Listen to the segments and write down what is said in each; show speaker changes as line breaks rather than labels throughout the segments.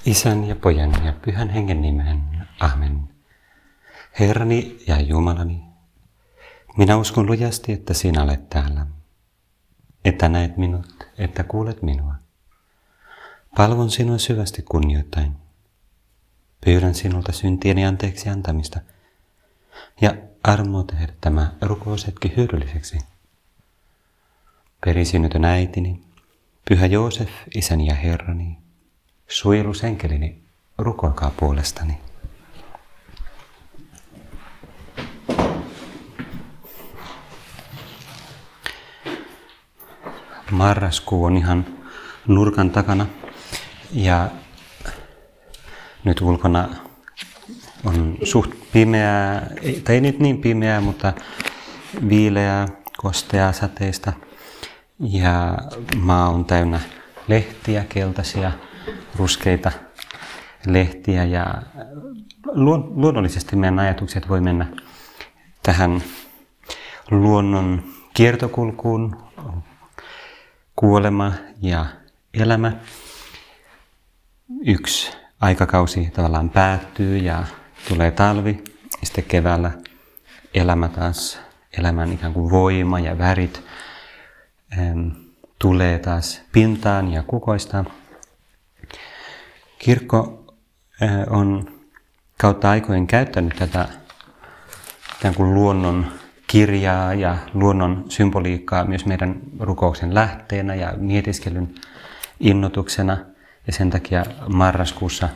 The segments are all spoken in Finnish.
Isän ja Pojan ja Pyhän Hengen nimeen. Amen. Herrani ja Jumalani, minä uskon lujasti, että sinä olet täällä, että näet minut, että kuulet minua. Palvon sinua syvästi kunnioittain. Pyydän sinulta syntieni anteeksi antamista ja armoa tehdä tämä rukoushetki hyödylliseksi. Perisynnytön äitini, Pyhä Joosef, isäni ja Herrani, suojelusenkelini, rukoilkaa puolestani. Marraskuu on ihan nurkan takana ja nyt ulkona on suht pimeää, tai ei nyt niin pimeää, mutta viileää, kosteaa, sateista. Ja maa on täynnä lehtiä, keltaisia, ruskeita lehtiä ja luonnollisesti meidän ajatukset voi mennä tähän luonnon kiertokulkuun, kuolema ja elämä. Yksi aikakausi tavallaan päättyy ja tulee talvi, ja sitten keväällä elämä taas, elämän ikään kuin voima ja värit tulee taas pintaan ja kukoistaa. Kirkko on kautta aikojen käyttänyt tätä ikään kuin luonnon kirjaa ja luonnon symboliikkaa myös meidän rukouksen lähteenä ja mietiskelyn innotuksena. Ja sen takia marraskuussa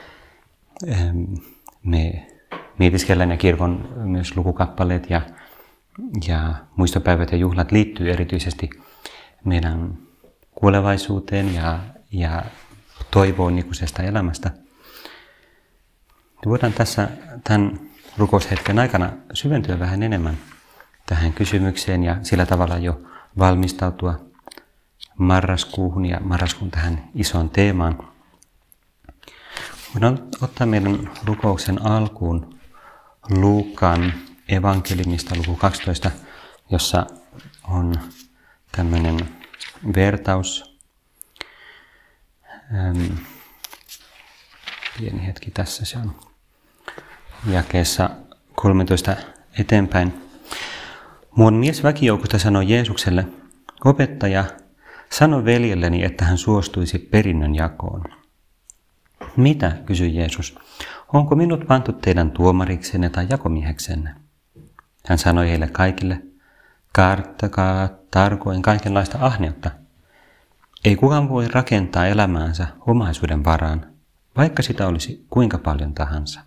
me mietiskellään ja kirkon myös lukukappaleet ja muistopäivät ja juhlat liittyy erityisesti meidän kuolevaisuuteen ja toivoon ikuisesta elämästä. Voidaan tässä tämän rukoushetken aikana syventyä vähän enemmän tähän kysymykseen ja sillä tavalla jo valmistautua marraskuuhun ja marraskuun tähän isoon teemaan. Voidaan ottaa meidän rukouksen alkuun Luukan evankeliumista luku 12, jossa on tämmöinen vertaus. Pieni hetki, tässä se on jakeessa 13 eteenpäin. Muun mies väkijoukosta sanoi Jeesukselle, opettaja, sano veljelleni, että hän suostuisi perinnön jakoon. Mitä, kysyi Jeesus, onko minut pantu teidän tuomariksenne tai jakomieheksenne? Hän sanoi heille kaikille, karttakaa tarkoin kaikenlaista ahneutta. Ei kukaan voi rakentaa elämäänsä omaisuuden varaan, vaikka sitä olisi kuinka paljon tahansa.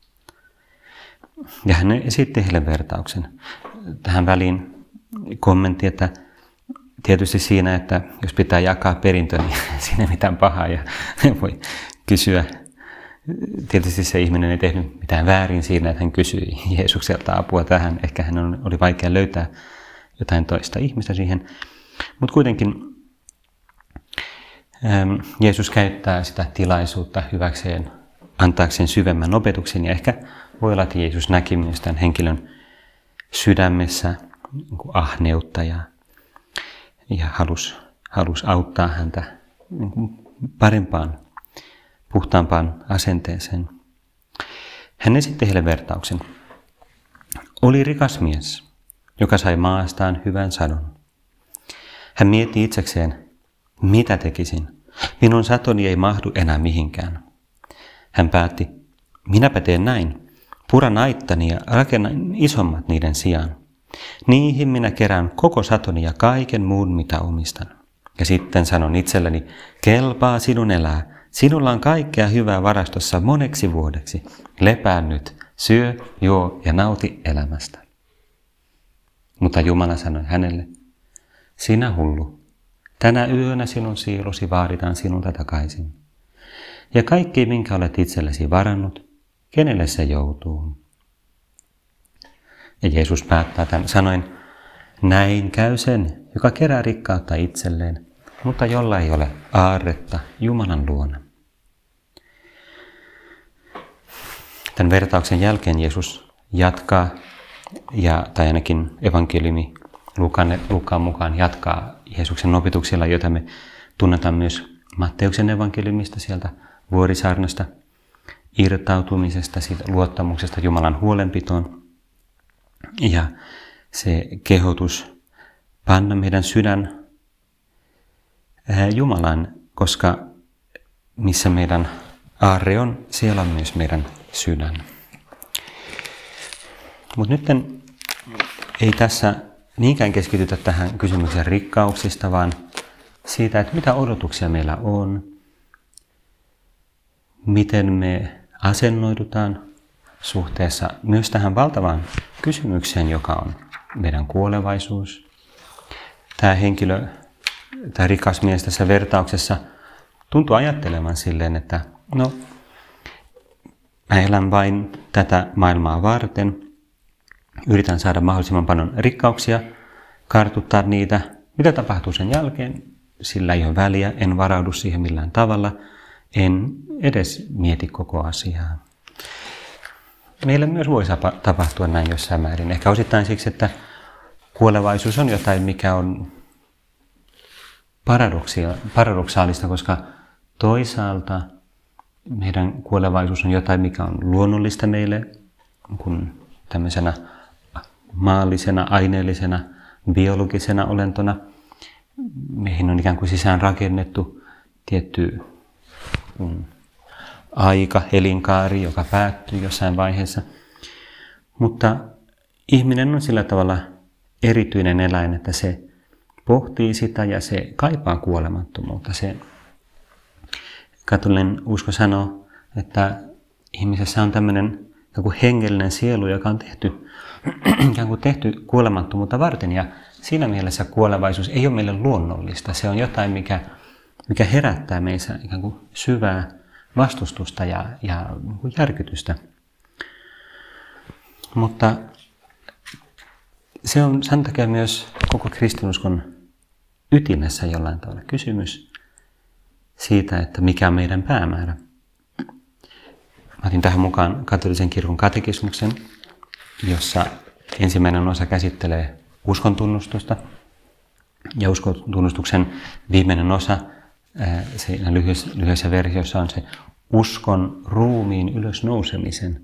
Ja hän esitti heille vertauksen. Tähän väliin kommentti, että tietysti siinä, että jos pitää jakaa perintö, niin siinä ei mitään pahaa ja voi kysyä. Tietysti se ihminen ei tehnyt mitään väärin siinä, että hän kysyi Jeesukselta apua tähän. Ehkä hän oli vaikea löytää jotain toista ihmistä siihen. Mutta kuitenkin Jeesus käyttää sitä tilaisuutta hyväkseen, antaakseen syvemmän opetuksen. Ja ehkä voi olla, että Jeesus näki myös tämän henkilön sydämessä ahneutta ja halusi auttaa häntä parempaan, puhtaampaan asenteeseen. Hän esitti heille vertauksen. Oli rikas mies, joka sai maastaan hyvän sadon. Hän mietti itsekseen, mitä tekisin? Minun satoni ei mahdu enää mihinkään. Hän päätti, minäpä teen näin. Puran aittani ja rakennan isommat niiden sijaan. Niihin minä kerään koko satoni ja kaiken muun, mitä omistan. Ja sitten sanon itselleni, kelpaa sinun elää. Sinulla on kaikkea hyvää varastossa moneksi vuodeksi. Lepää nyt, syö, juo ja nauti elämästä. Mutta Jumala sanoi hänelle, sinä hullu, tänä yönä sinun siilosi vaaditaan sinulta takaisin. Ja kaikki, minkä olet itsellesi varannut, kenelle se joutuu? Ja Jeesus päättää tämän sanoen, näin käy sen, joka kerää rikkautta itselleen, mutta jolla ei ole aarretta Jumalan luona. Tämän vertauksen jälkeen Jeesus jatkaa, tai ainakin evankeliumi Luukkaan mukaan jatkaa Jeesuksen opetuksilla, joita me tunnetaan myös Matteuksen evankeliumista sieltä Vuorisaarnasta, irtautumisesta, siitä luottamuksesta Jumalan huolenpitoon. Ja se kehotus panna meidän sydän Jumalan, koska missä meidän aarre on, siellä on myös meidän sydän. Mutta nyt ei tässä niinkään keskitytä tähän kysymykseen rikkauksista, vaan siitä, että mitä odotuksia meillä on, miten me asennoidutaan suhteessa myös tähän valtavaan kysymykseen, joka on meidän kuolevaisuus. Tämä henkilö, tämä rikas mies tässä vertauksessa tuntuu ajattelemaan silleen, että no, mä elän vain tätä maailmaa varten, yritän saada mahdollisimman paljon rikkauksia, kartuttaa niitä. Mitä tapahtuu sen jälkeen? Sillä ei ole väliä, en varaudu siihen millään tavalla, en edes mieti koko asiaa. Meille myös voi tapahtua näin jossain määrin. Ehkä osittain siksi, että kuolevaisuus on jotain, mikä on paradoksaalista, koska toisaalta meidän kuolevaisuus on jotain, mikä on luonnollista meille, kun tämmöisenä maallisena, aineellisena, biologisena olentona. Meihin on ikään kuin sisään rakennettu tietty aika, elinkaari, joka päättyy jossain vaiheessa. Mutta ihminen on sillä tavalla erityinen eläin, että se pohtii sitä ja se kaipaa kuolemattomuutta. Se katolinen usko sanoo, että ihmisessä on tämmöinen joku hengellinen sielu, joka on tehty kuolemattomuutta varten. Ja siinä mielessä kuolevaisuus ei ole meille luonnollista. Se on jotain, mikä herättää meissä ikään kuin syvää vastustusta ja järkytystä. Mutta se on sen takia myös koko kristinuskon ytimessä jollain tavalla kysymys siitä, että mikä on meidän päämäärä. Mä otin tähän mukaan katolisen kirkon katekismuksen, jossa ensimmäinen osa käsittelee uskontunnustusta. Ja uskontunnustuksen viimeinen osa, siinä lyhyessä versiossa on se uskon ruumiin ylösnousemisen.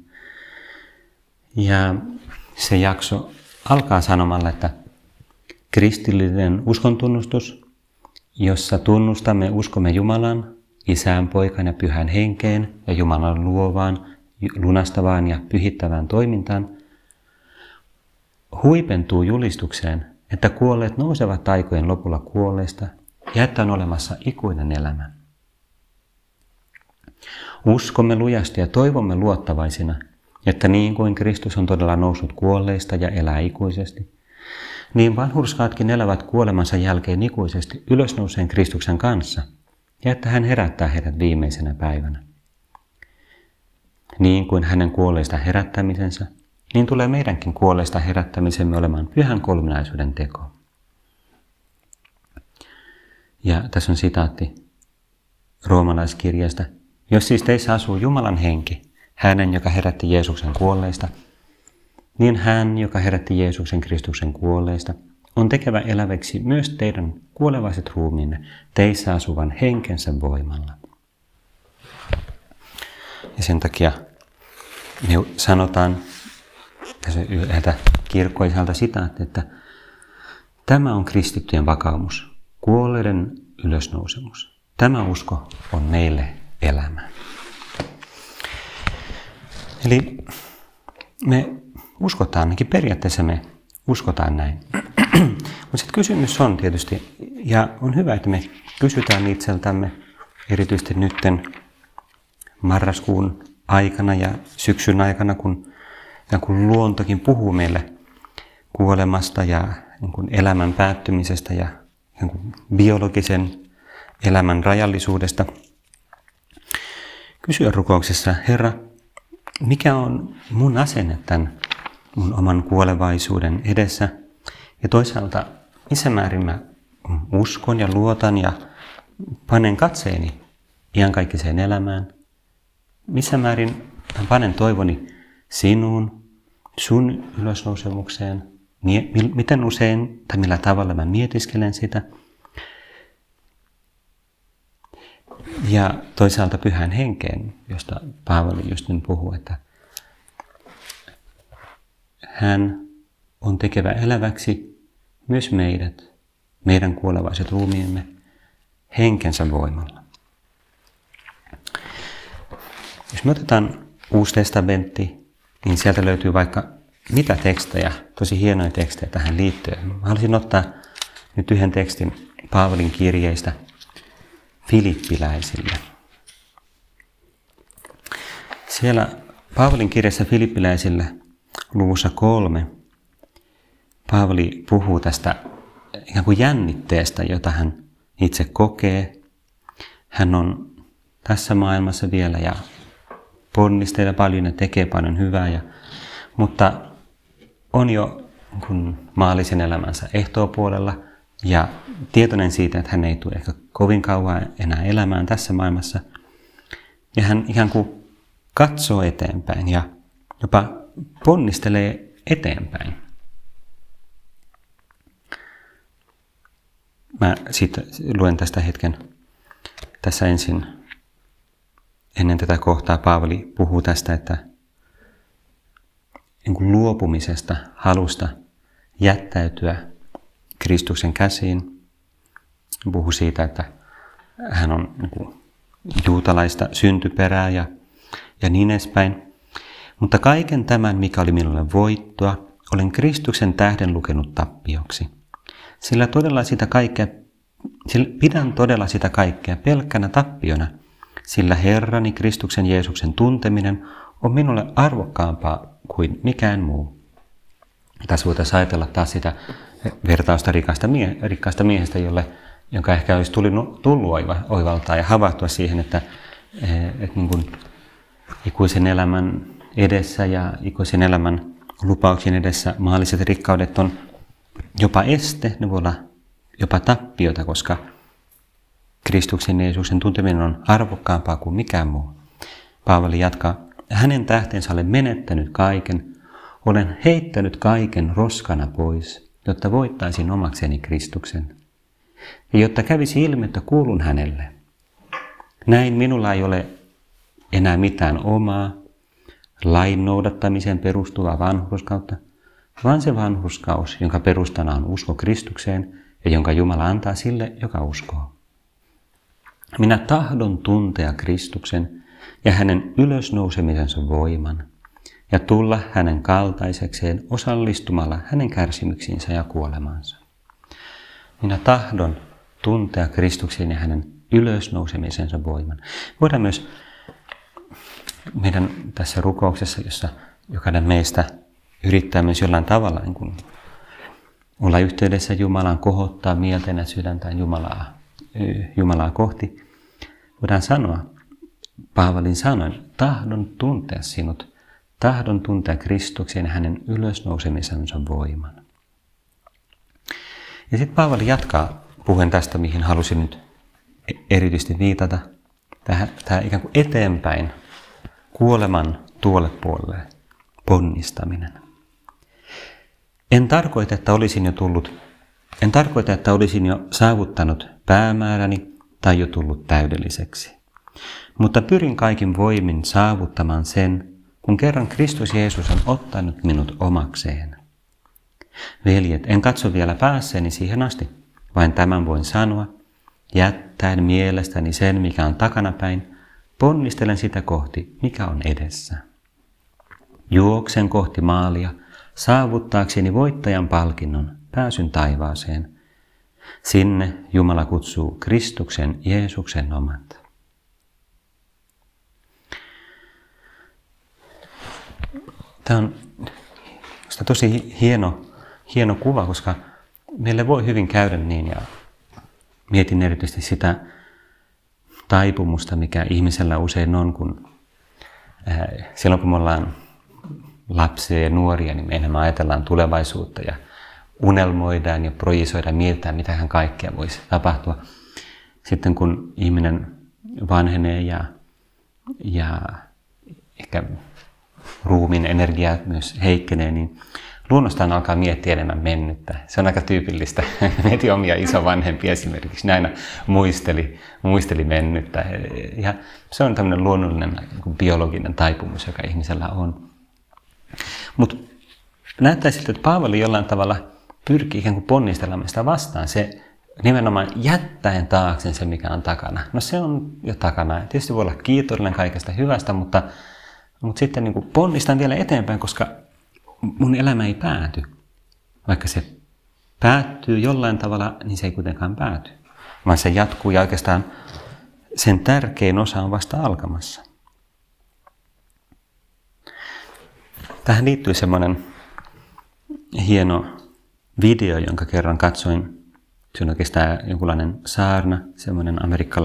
Ja se jakso alkaa sanomalla, että kristillinen uskontunnustus, jossa tunnustamme uskomme Jumalan, Isään, Poikaan ja Pyhän Henkeen ja Jumalan luovaan, lunastavaan ja pyhittävään toimintaan, huipentuu julistukseen, että kuolleet nousevat taikojen lopulla kuolleista ja että on olemassa ikuinen elämä. Uskomme lujasti ja toivomme luottavaisina, että niin kuin Kristus on todella noussut kuolleista ja elää ikuisesti, niin vanhurskaatkin elävät kuolemansa jälkeen ikuisesti ylösnouseen Kristuksen kanssa, ja että hän herättää heidät viimeisenä päivänä. Niin kuin hänen kuolleista herättämisensä, niin tulee meidänkin kuolleista herättämisemme olemaan pyhän kolminaisuuden teko. Ja tässä on sitaatti roomalaiskirjasta. Jos siis teissä asuu Jumalan henki, hänen, joka herätti Jeesuksen kuolleista, niin hän, joka herätti Jeesuksen Kristuksen kuolleista, on tekevä eläväksi myös teidän kuolevaiset ruumiinne teissä asuvan henkensä voimalla. Ja sen takia me sanotaan tässä yhdeltä kirkkoisalta sitaatti, että tämä on kristittyjen vakaumus, kuolleiden ylösnousemus. Tämä usko on meille elämä. Eli me uskotaan, ainakin periaatteessa me uskotaan näin. Mutta sitten kysymys on tietysti, ja on hyvä, että me kysytään itseltämme, erityisesti nytten marraskuun aikana ja syksyn aikana, kun luontokin puhuu meille kuolemasta ja niin kuin elämän päättymisestä ja niin kuin biologisen elämän rajallisuudesta. Kysyä rukouksessa, Herra, mikä on mun asenne tämän mun oman kuolevaisuuden edessä? Ja toisaalta, missä määrin mä uskon ja luotan ja panen katseeni iankaikkiseen elämään? Missä määrin mä panen toivoni sinuun, sun ylösnousemukseen? Miten usein tai millä tavalla mä mietiskelen sitä? Ja toisaalta Pyhän Henkeen, josta Paavali just nyt puhuu, että hän on tekevä eläväksi myös meidän kuolevaiset ruumiimme, henkensä voimalla. Jos me otetaan Uusi testamentti, niin sieltä löytyy vaikka mitä tekstejä, tosi hienoja tekstejä tähän liittyen. Mä haluaisin ottaa nyt yhden tekstin Paavalin kirjeistä Filippiläisille. Siellä Paavalin kirjassa Filippiläisille luvussa 3 Paavali puhuu tästä ikään kuin jännitteestä, jota hän itse kokee. Hän on tässä maailmassa vielä ja ponnistelee paljon ja tekee paljon hyvää, mutta on jo maallisen elämänsä ehtoopuolella ja tietoinen siitä, että hän ei tule ehkä kovin kauan enää elämään tässä maailmassa. Ja hän ikään kuin katsoo eteenpäin ja jopa ponnistelee eteenpäin. Mä sitten luen tästä hetken. Tässä ensin, ennen tätä kohtaa Paavali puhuu tästä, että niin kuin luopumisesta, halusta jättäytyä Kristuksen käsiin. Puhuu siitä, että hän on niin kuin juutalaista syntyperää ja niin edespäin. Mutta kaiken tämän, mikä oli minulle voittoa, olen Kristuksen tähden lukenut tappioksi. Pidän todella sitä kaikkea pelkkänä tappiona, sillä Herrani Kristuksen Jeesuksen tunteminen on minulle arvokkaampaa kuin mikään muu. Tässä voitaisiin ajatella taas sitä vertausta rikkaasta miehestä, jonka ehkä olisi tullut oivaltaa ja havahtua siihen, että niin kuin ikuisen elämän edessä ja ikuisen elämän lupauksien edessä maalliset rikkaudet on jopa este, ne voi olla jopa tappiota, koska Kristuksen Jeesuksen tunteminen on arvokkaampaa kuin mikään muu. Paavali jatkaa, hänen tähtensä olen menettänyt kaiken, olen heittänyt kaiken roskana pois, jotta voittaisin omakseni Kristuksen. Ja jotta kävisi ilmi, että kuulun hänelle. Näin minulla ei ole enää mitään omaa, lain noudattamiseen perustuvaa vanhurskautta, vaan se vanhurskaus, jonka perustana on usko Kristukseen ja jonka Jumala antaa sille, joka uskoo. Minä tahdon tuntea Kristuksen ja hänen ylösnousemisensa voiman ja tulla hänen kaltaisekseen osallistumalla hänen kärsimyksiinsä ja kuolemaansa. Minä tahdon tuntea Kristuksen ja hänen ylösnousemisensa voiman. Voidaan myös meidän tässä rukouksessa, jossa jokainen meistä yrittää myös jollain tavalla niin kuin olla yhteydessä Jumalaan, kohottaa mieltään ja sydäntään Jumalaa kohti. Voidaan sanoa Paavalin sanoin, tahdon tuntea sinut, tahdon tuntea Kristuksen ja hänen ylösnousemisensa voiman. Ja sitten Paavali jatkaa puhuen tästä, mihin halusin nyt erityisesti viitata, tähän ikään kuin eteenpäin kuoleman tuolle puolelle ponnistaminen. En tarkoita, että olisin jo saavuttanut päämääräni tai jo tullut täydelliseksi. Mutta pyrin kaikin voimin saavuttamaan sen, kun kerran Kristus Jeesus on ottanut minut omakseen. Veljet, en katso vielä päässeeni siihen asti, vain tämän voin sanoa, jättäen mielestäni sen, mikä on takanapäin, ponnistelen sitä kohti, mikä on edessä. Juoksen kohti maalia, saavuttaakseni voittajan palkinnon, pääsyn taivaaseen. Sinne Jumala kutsuu Kristuksen Jeesuksen omat. Tämä on tosi hieno kuva, koska meille voi hyvin käydä niin, ja mietin erityisesti sitä taipumusta, mikä ihmisellä usein on, kun silloin kun me ollaan lapsia ja nuoria, niin me enemmän ajatellaan tulevaisuutta ja unelmoidaan ja projisoidaan, mietitään, mitähän kaikkea voisi tapahtua. Sitten kun ihminen vanhenee ja ehkä ruumiin energia myös heikkenee, niin luonnostaan alkaa miettiä enemmän mennyttä. Se on aika tyypillistä. Mietin omia isovanhempia esimerkiksi. Ne aina muisteli mennyttä. Ja se on tämmöinen luonnollinen biologinen taipumus, joka ihmisellä on. Mutta näyttää siltä, että Paavali jollain tavalla pyrkii ikään kuin ponnistelemaan sitä vastaan. Se nimenomaan jättäen taakse se, mikä on takana. No se on jo takana. Tietysti voi olla kiitollinen kaikesta hyvästä, mutta sitten niin kuin ponnistan vielä eteenpäin, koska mun elämä ei pääty. Vaikka se päättyy jollain tavalla, niin se ei kuitenkaan pääty. Vaan se jatkuu ja oikeastaan sen tärkein osa on vasta alkamassa. Tähän liittyy semmoinen hieno video, jonka kerran katsoin. Se on oikeastaan jonkunlainen saarna, semmoinen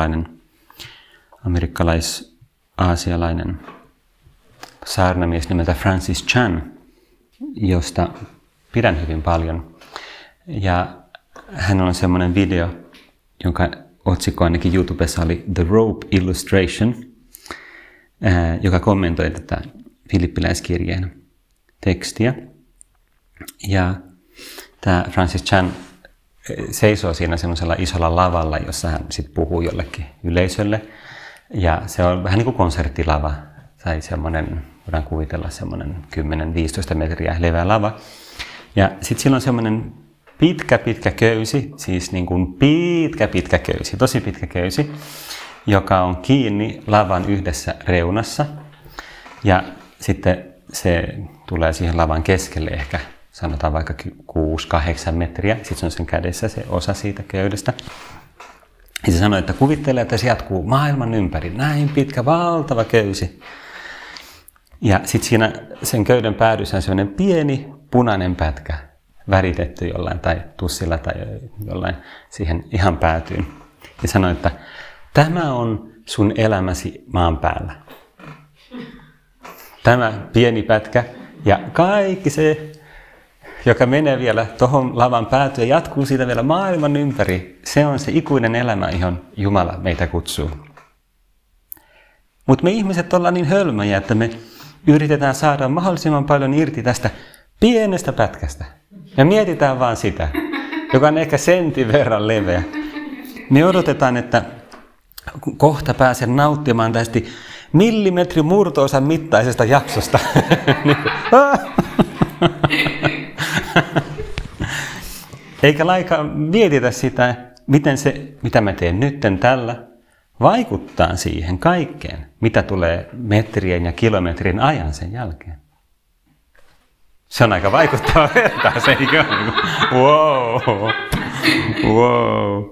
amerikkalais-aasialainen saarnamies nimeltä Francis Chan, josta pidän hyvin paljon. Ja hänellä on semmoinen video, jonka otsikko ainakin YouTubessa oli The Rope Illustration, joka kommentoi tätä Filippiläiskirjeen tekstiä. Ja tämä Francis Chan seisoo siinä semmoisella isolla lavalla, jossa hän sitten puhuu jollekin yleisölle. Ja se on vähän niin kuin konserttilava, tai semmoinen, voidaan kuvitella semmoinen 10-15 metriä leveä lava. Ja sitten sillä on semmoinen pitkä köysi, siis niin kuin pitkä köysi, tosi pitkä köysi, joka on kiinni lavan yhdessä reunassa. Ja sitten se tulee siihen lavan keskelle ehkä, sanotaan vaikka 6-8 metriä. Sitten se on sen kädessä se osa siitä köydestä. Ja se sanoi, että kuvittelee, että se jatkuu maailman ympäri. Näin pitkä, valtava köysi. Ja sitten siinä sen köyden päädyssä on sellainen pieni punainen pätkä, väritetty jollain tai tussilla tai jollain siihen ihan päätyyn. Ja sanoi, että tämä on sun elämäsi maan päällä. Tämä pieni pätkä ja kaikki se, joka menee vielä tuohon lavan päätyyn ja jatkuu siitä vielä maailman ympäri, se on se ikuinen elämä, johon Jumala meitä kutsuu. Mutta me ihmiset ollaan niin hölmöjä, että me yritetään saada mahdollisimman paljon irti tästä pienestä pätkästä. Ja mietitään vaan sitä, joka on ehkä sentin verran leveä. Me odotetaan, että kohta pääsen nauttimaan tästä millimetri murto-osan mittaisesta jaksosta. Eikä lainkaan mietitä sitä, miten se, mitä mä teen nytten tällä, vaikuttaa siihen kaikkeen, mitä tulee metrien ja kilometrin ajan sen jälkeen. Se on aika vaikuttava vertaus, eikö? Wow.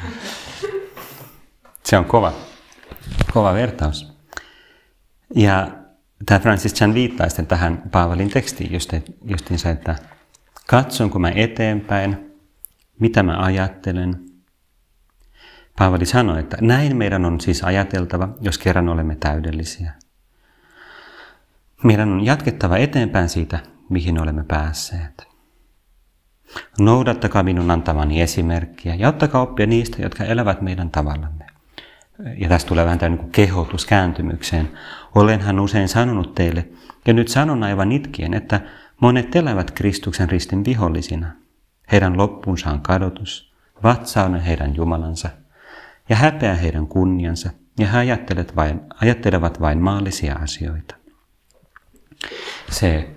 Se on kova vertaus. Ja tämä Francis Chan viittaa sitten tähän Paavalin tekstiin justiinsa, että katsonko mä eteenpäin, mitä mä ajattelen. Paavali sanoi, että näin meidän on siis ajateltava, jos kerran olemme täydellisiä. Meidän on jatkettava eteenpäin siitä, mihin olemme päässeet. Noudattakaa minun antamani esimerkkiä ja ottakaa oppia niistä, jotka elävät meidän tavallamme. Ja tästä tulee vähän tämmöinen kehotus kääntymykseen. Olenhan usein sanonut teille, ja nyt sanon aivan itkien, että monet elävät Kristuksen ristin vihollisina. Heidän loppunsa on kadotus, vatsa on heidän Jumalansa, ja häpeä heidän kunniansa, ja he ajattelevat vain maallisia asioita. Se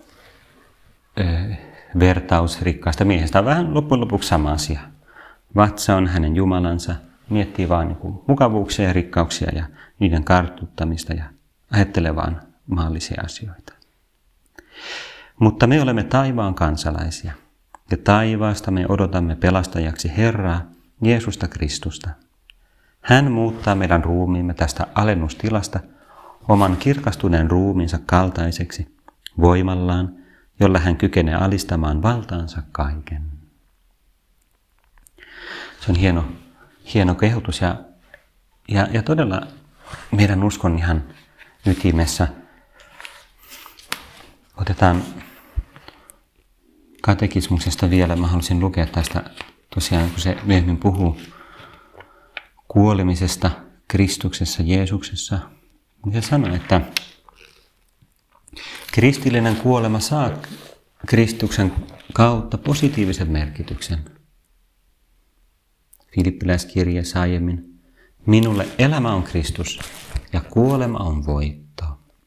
vertaus rikkaasta miehestä on vähän loppujen lopuksi sama asia. Vatsa on hänen Jumalansa, miettii vaan niin mukavuuksia ja rikkauksia ja niiden kartuttamista ja ajattelee vaan maallisia asioita. Mutta me olemme taivaan kansalaisia ja taivaasta me odotamme pelastajaksi Herraa, Jeesusta Kristusta. Hän muuttaa meidän ruumiimme tästä alennustilasta oman kirkastuneen ruumiinsa kaltaiseksi voimallaan, jolla hän kykenee alistamaan valtaansa kaiken. Se on hieno kehotus ja todella meidän uskon ihan ytimessä. Otetaan katekismuksesta vielä. Mä haluaisin lukea tästä tosiaan, kun se myöhemmin puhuu kuolemisesta Kristuksessa, Jeesuksessa. Se sanoo, että kristillinen kuolema saa Kristuksen kautta positiivisen merkityksen. Filippiläiskirjeessä aiemmin: minulle elämä on Kristus ja kuolema on voitto.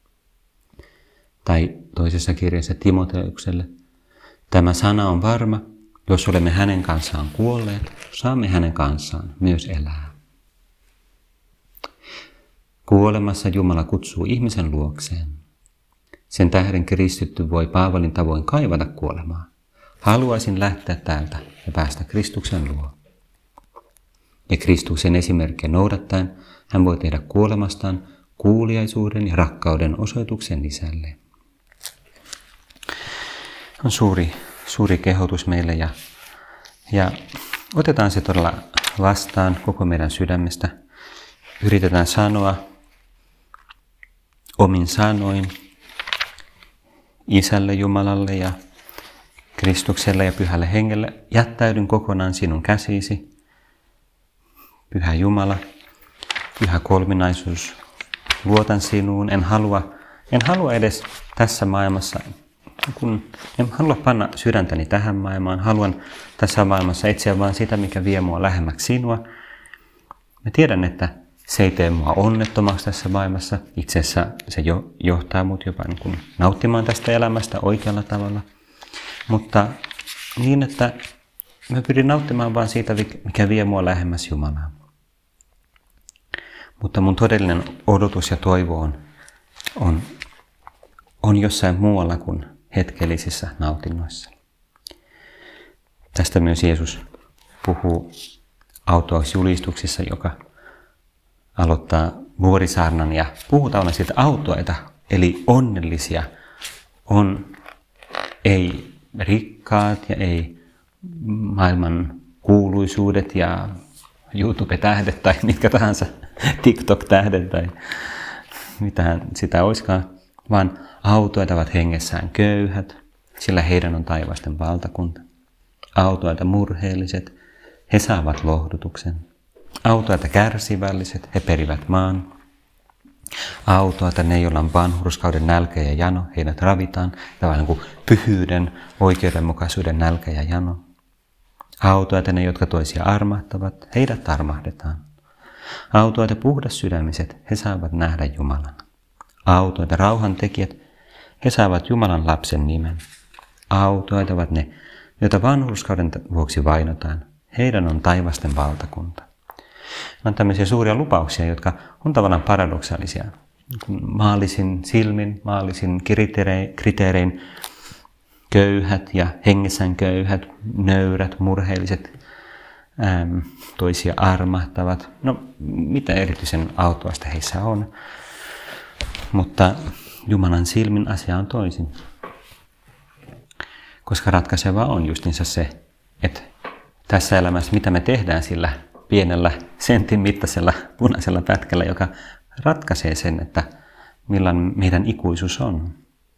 Tai toisessa kirjassa Timoteukselle: tämä sana on varma, jos olemme hänen kanssaan kuolleet, saamme hänen kanssaan myös elää. Kuolemassa Jumala kutsuu ihmisen luokseen. Sen tähden kristitty voi Paavalin tavoin kaivata kuolemaa. Haluaisin lähteä täältä ja päästä Kristuksen luo. Ja Kristuksen esimerkkiä noudattaen hän voi tehdä kuolemastaan kuuliaisuuden ja rakkauden osoituksen Isälle. On suuri kehotus meille ja otetaan se todella vastaan koko meidän sydämestä. Yritetään sanoa omin sanoin Isälle Jumalalle ja Kristukselle ja Pyhälle Hengelle: jättäydyn kokonaan sinun käsisi. Pyhä Jumala, Pyhä Kolminaisuus, luotan sinuun. En halua edes tässä maailmassa, en halua panna sydäntäni tähän maailmaan. Haluan tässä maailmassa etsiä vain sitä, mikä vie mua lähemmäksi sinua. Mä tiedän, että se ei tee mua onnettomaksi tässä maailmassa. Itse asiassa se johtaa mut jopa nauttimaan tästä elämästä oikealla tavalla. Mutta niin, että mä pyrin nauttimaan vain siitä, mikä vie mua lähemmäs Jumalaa. Mutta mun todellinen odotus ja toivo on jossain muualla kuin hetkellisissä nautinnoissa. Tästä myös Jeesus puhuu autuaisjulistuksissa, joka aloittaa vuorisaarnan ja puhutaan siitä autuaita, eli onnellisia ei rikkaat ja ei maailman kuuluisuudet ja YouTube-tähdet tai mitkä tahansa TikTok-tähdet tai mitään sitä olisikaan, vaan autuaita ovat hengessään köyhät, sillä heidän on taivasten valtakunta. Autuaita murheelliset, he saavat lohdutuksen. Autuaita kärsivälliset, he perivät maan. Autuaita ne, joilla on vanhurskauden nälkä ja jano, heidät ravitaan. Tämä on niin kuin pyhyyden, oikeudenmukaisuuden nälkä ja jano. Autuaita ne, jotka toisia armahtavat, heidät armahdetaan. Autuaita puhdassydämiset, he saavat nähdä Jumalan. Autuaita rauhantekijät, he saavat Jumalan lapsen nimen. Autuaita ovat ne, joita vanhurskauden vuoksi vainotaan. Heidän on taivasten valtakunta. On tämmöisiä suuria lupauksia, jotka on tavallaan paradoksaalisia. Maallisin silmin, maallisin kriteerein köyhät ja hengessään köyhät, nöyrät, murheelliset, toisia armahtavat. No, mitä erityisen autuasta heissä on. Mutta Jumalan silmin asia on toisin. Koska ratkaisevaa on justiinsa se, että tässä elämässä mitä me tehdään sillä pienellä sentin mittaisella punaisella pätkällä, joka ratkaisee sen, että millainen meidän ikuisuus on.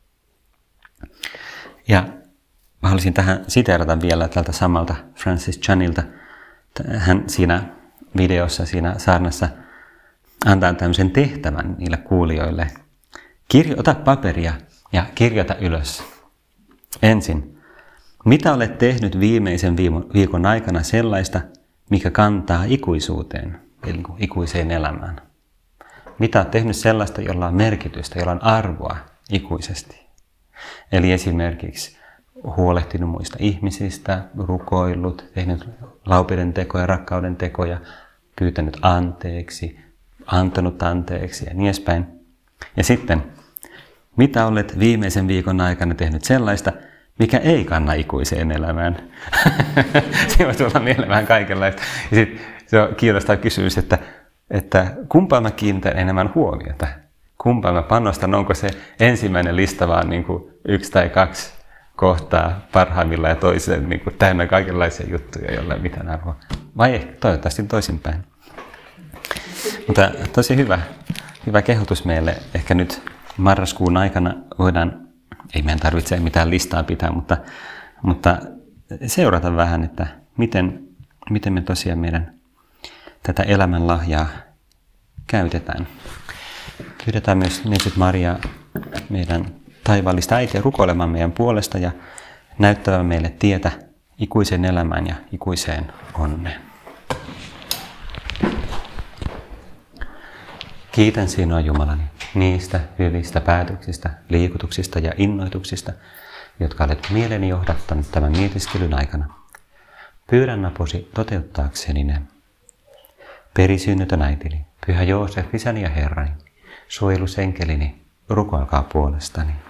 Ja mä haluaisin tähän siteerata vielä tältä samalta Francis Chanilta. Hän siinä videossa, siinä saarnassa antaa tämmöisen tehtävän niille kuulijoille. Ota paperia ja kirjoita ylös. Ensin, mitä olet tehnyt viimeisen viikon aikana sellaista, mikä kantaa ikuisuuteen, eli ikuiseen elämään? Mitä olet tehnyt sellaista, jolla on merkitystä, jolla on arvoa ikuisesti? Eli esimerkiksi huolehtinut muista ihmisistä, rukoillut, tehnyt laupiden tekoja, rakkauden tekoja, pyytänyt anteeksi, antanut anteeksi ja niin edespäin. Ja sitten, mitä olet viimeisen viikon aikana tehnyt sellaista, mikä ei kanna ikuiseen elämään? Se voi tulla mieleen vähän kaikenlaista. Ja sitten se on kiinnostaa kysymys, että kumpaan mä kiinnitän enemmän huomiota? Kumpaan mä panostan? Onko se ensimmäinen lista vaan niin kuin 1 tai 2 kohtaa parhaimmillaan ja toiseen niin kuin täynnä kaikenlaisia juttuja, joilla ei mitään arvoa? Vai ehkä toivottavasti toisinpäin. Mutta tosi hyvä kehotus meille. Ehkä nyt marraskuun aikana voidaan, ei meidän tarvitse mitään listaa pitää, mutta seurata vähän, että miten me tosiaan meidän tätä elämän lahjaa käytetään. Pyydetään myös Neitsyt Mariaa, meidän taivaallista äitiä, rukoilemaan meidän puolesta ja näyttävän meille tietä ikuiseen elämään ja ikuiseen onneen. Kiitän sinua, Jumalani, niistä hyvistä päätöksistä, liikutuksista ja innoituksista, jotka olet mieleeni johdattanut tämän mietiskelyn aikana. Pyydän apusi toteuttaakseni ne. Perisynnytön äitini, Pyhä Joosef, isäni ja Herrani, suojelusenkelini, rukoilkaa puolestani.